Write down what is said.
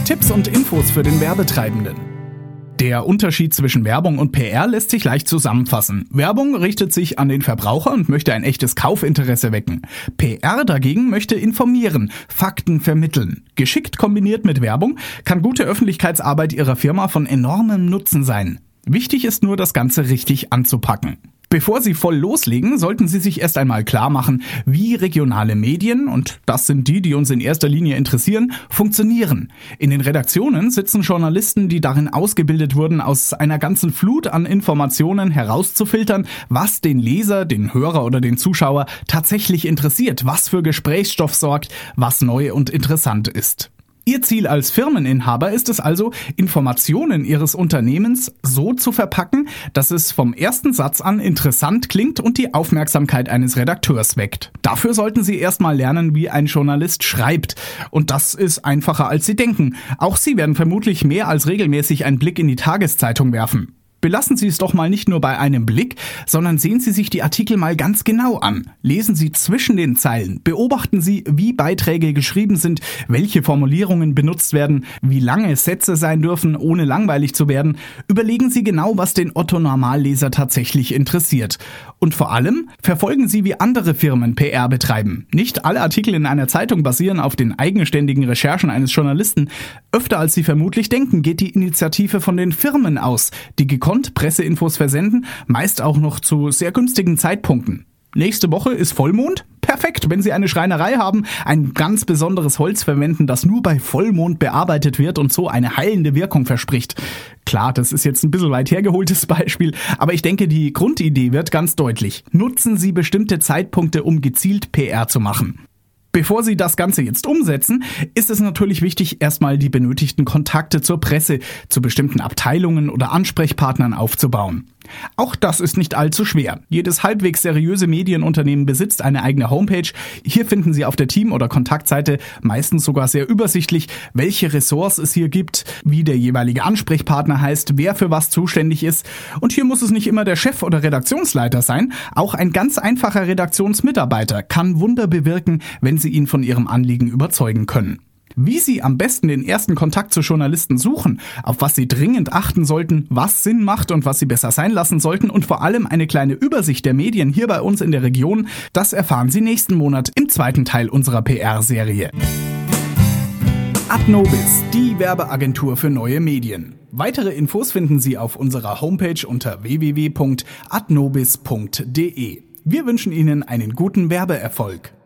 Tipps und Infos für den Werbetreibenden. Der Unterschied zwischen Werbung und PR lässt sich leicht zusammenfassen. Werbung richtet sich an den Verbraucher und möchte ein echtes Kaufinteresse wecken. PR dagegen möchte informieren, Fakten vermitteln. Geschickt kombiniert mit Werbung kann gute Öffentlichkeitsarbeit Ihrer Firma von enormem Nutzen sein. Wichtig ist nur, das Ganze richtig anzupacken. Bevor Sie voll loslegen, sollten Sie sich erst einmal klar machen, wie regionale Medien, und das sind die uns in erster Linie interessieren, funktionieren. In den Redaktionen sitzen Journalisten, die darin ausgebildet wurden, aus einer ganzen Flut an Informationen herauszufiltern, was den Leser, den Hörer oder den Zuschauer tatsächlich interessiert, was für Gesprächsstoff sorgt, was neu und interessant ist. Ihr Ziel als Firmeninhaber ist es also, Informationen Ihres Unternehmens so zu verpacken, dass es vom ersten Satz an interessant klingt und die Aufmerksamkeit eines Redakteurs weckt. Dafür sollten Sie erstmal lernen, wie ein Journalist schreibt. Und das ist einfacher, als Sie denken. Auch Sie werden vermutlich mehr als regelmäßig einen Blick in die Tageszeitung werfen. Belassen Sie es doch mal nicht nur bei einem Blick, sondern sehen Sie sich die Artikel mal ganz genau an. Lesen Sie zwischen den Zeilen, beobachten Sie, wie Beiträge geschrieben sind, welche Formulierungen benutzt werden, wie lange Sätze sein dürfen, ohne langweilig zu werden. Überlegen Sie genau, was den Otto-Normalleser tatsächlich interessiert. Und vor allem verfolgen Sie, wie andere Firmen PR betreiben. Nicht alle Artikel in einer Zeitung basieren auf den eigenständigen Recherchen eines Journalisten. Öfter als Sie vermutlich denken, geht die Initiative von den Firmen aus, die gekonnt Presseinfos versenden, meist auch noch zu sehr günstigen Zeitpunkten. Nächste Woche ist Vollmond? Perfekt, wenn Sie eine Schreinerei haben, ein ganz besonderes Holz verwenden, das nur bei Vollmond bearbeitet wird und so eine heilende Wirkung verspricht. Klar, das ist jetzt ein bisschen weit hergeholtes Beispiel, aber ich denke, die Grundidee wird ganz deutlich. Nutzen Sie bestimmte Zeitpunkte, um gezielt PR zu machen. Bevor Sie das Ganze jetzt umsetzen, ist es natürlich wichtig, erstmal die benötigten Kontakte zur Presse, zu bestimmten Abteilungen oder Ansprechpartnern aufzubauen. Auch das ist nicht allzu schwer. Jedes halbwegs seriöse Medienunternehmen besitzt eine eigene Homepage. Hier finden Sie auf der Team- oder Kontaktseite meistens sogar sehr übersichtlich, welche Ressorts es hier gibt, wie der jeweilige Ansprechpartner heißt, wer für was zuständig ist. Und hier muss es nicht immer der Chef oder Redaktionsleiter sein. Auch ein ganz einfacher Redaktionsmitarbeiter kann Wunder bewirken, wenn Sie ihn von Ihrem Anliegen überzeugen können. Wie Sie am besten den ersten Kontakt zu Journalisten suchen, auf was Sie dringend achten sollten, was Sinn macht und was Sie besser sein lassen sollten und vor allem eine kleine Übersicht der Medien hier bei uns in der Region, das erfahren Sie nächsten Monat im zweiten Teil unserer PR-Serie. Adnobis, die Werbeagentur für neue Medien. Weitere Infos finden Sie auf unserer Homepage unter www.adnobis.de. Wir wünschen Ihnen einen guten Werbeerfolg.